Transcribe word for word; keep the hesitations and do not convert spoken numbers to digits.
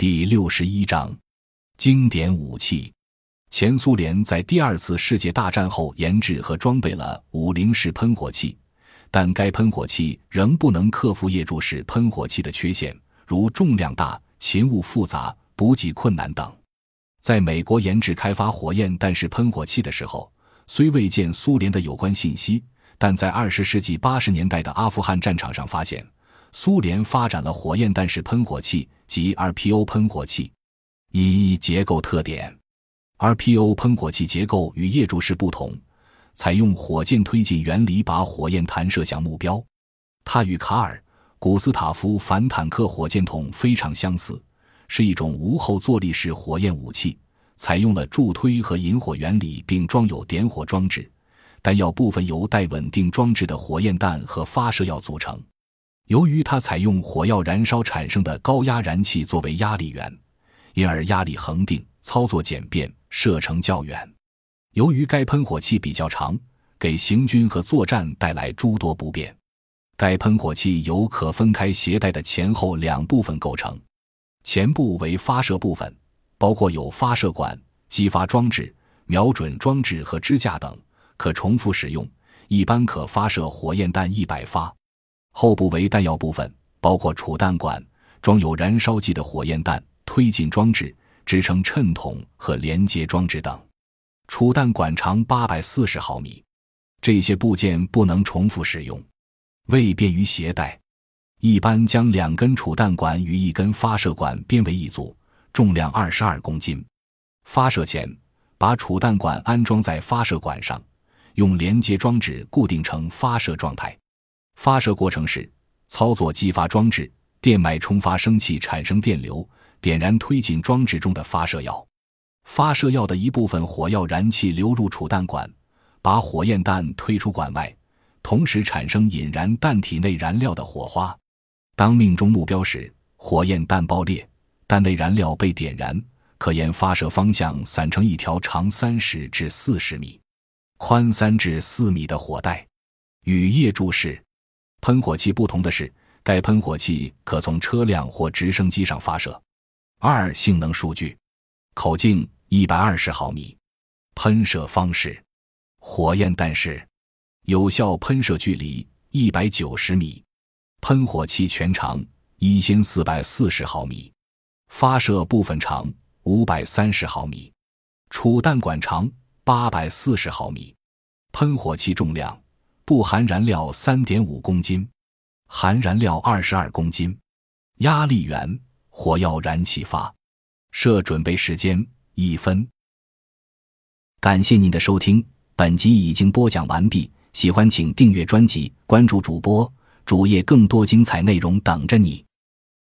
第六十一章经典武器。前苏联在第二次世界大战后研制和装备了五零式喷火器，但该喷火器仍不能克服液柱式喷火器的缺陷，如重量大、勤务复杂、补给困难等。在美国研制开发火焰弹式喷火器的时候，虽未见苏联的有关信息，但在二十世纪八十年代的阿富汗战场上发现，苏联发展了火焰弹式喷火器及 R P O 喷火器。一、结构特点。 R P O 喷火器结构与液柱式不同，采用火箭推进原理把火焰弹射向目标。它与卡尔·古斯塔夫反坦克火箭筒非常相似，是一种无后坐力式火焰武器，采用了助推和引火原理，并装有点火装置，弹药部分由带稳定装置的火焰弹和发射药组成。由于它采用火药燃烧产生的高压燃气作为压力源，因而压力恒定，操作简便，射程较远。由于该喷火器比较长，给行军和作战带来诸多不便。该喷火器由可分开携带的前后两部分构成，前部为发射部分，包括有发射管、激发装置、瞄准装置和支架等，可重复使用，一般可发射火焰弹一百发。后部为弹药部分，包括储弹管、装有燃烧剂的火焰弹、推进装置、支撑衬筒和连接装置等。储弹管长八百四十毫米，这些部件不能重复使用，为便于携带，一般将两根储弹管与一根发射管编为一组，重量二十二公斤。发射前，把储弹管安装在发射管上，用连接装置固定成发射状态。发射过程时，操作激发装置，电脉冲发生器产生电流，点燃推进装置中的发射药。发射药的一部分火药燃气流入储弹管，把火焰弹推出管外，同时产生引燃弹体内燃料的火花。当命中目标时，火焰弹爆裂，弹内燃料被点燃，可沿发射方向散成一条长三十至四十米、宽三至四米的火带。与液柱式喷火器不同的是，该喷火器可从车辆或直升机上发射。二、性能数据。口径一百二十毫米。喷射方式：火焰弹式。有效喷射距离一百九十米。喷火器全长一千四百四十毫米。发射部分长五百三十毫米。储弹管长八百四十毫米。喷火器重量不含燃料 三点五公斤，含燃料二十二公斤。压力源火药燃气发。射准备时间一分。感谢您的收听，本集已经播讲完毕，喜欢请订阅专辑，关注主播，主页更多精彩内容等着你。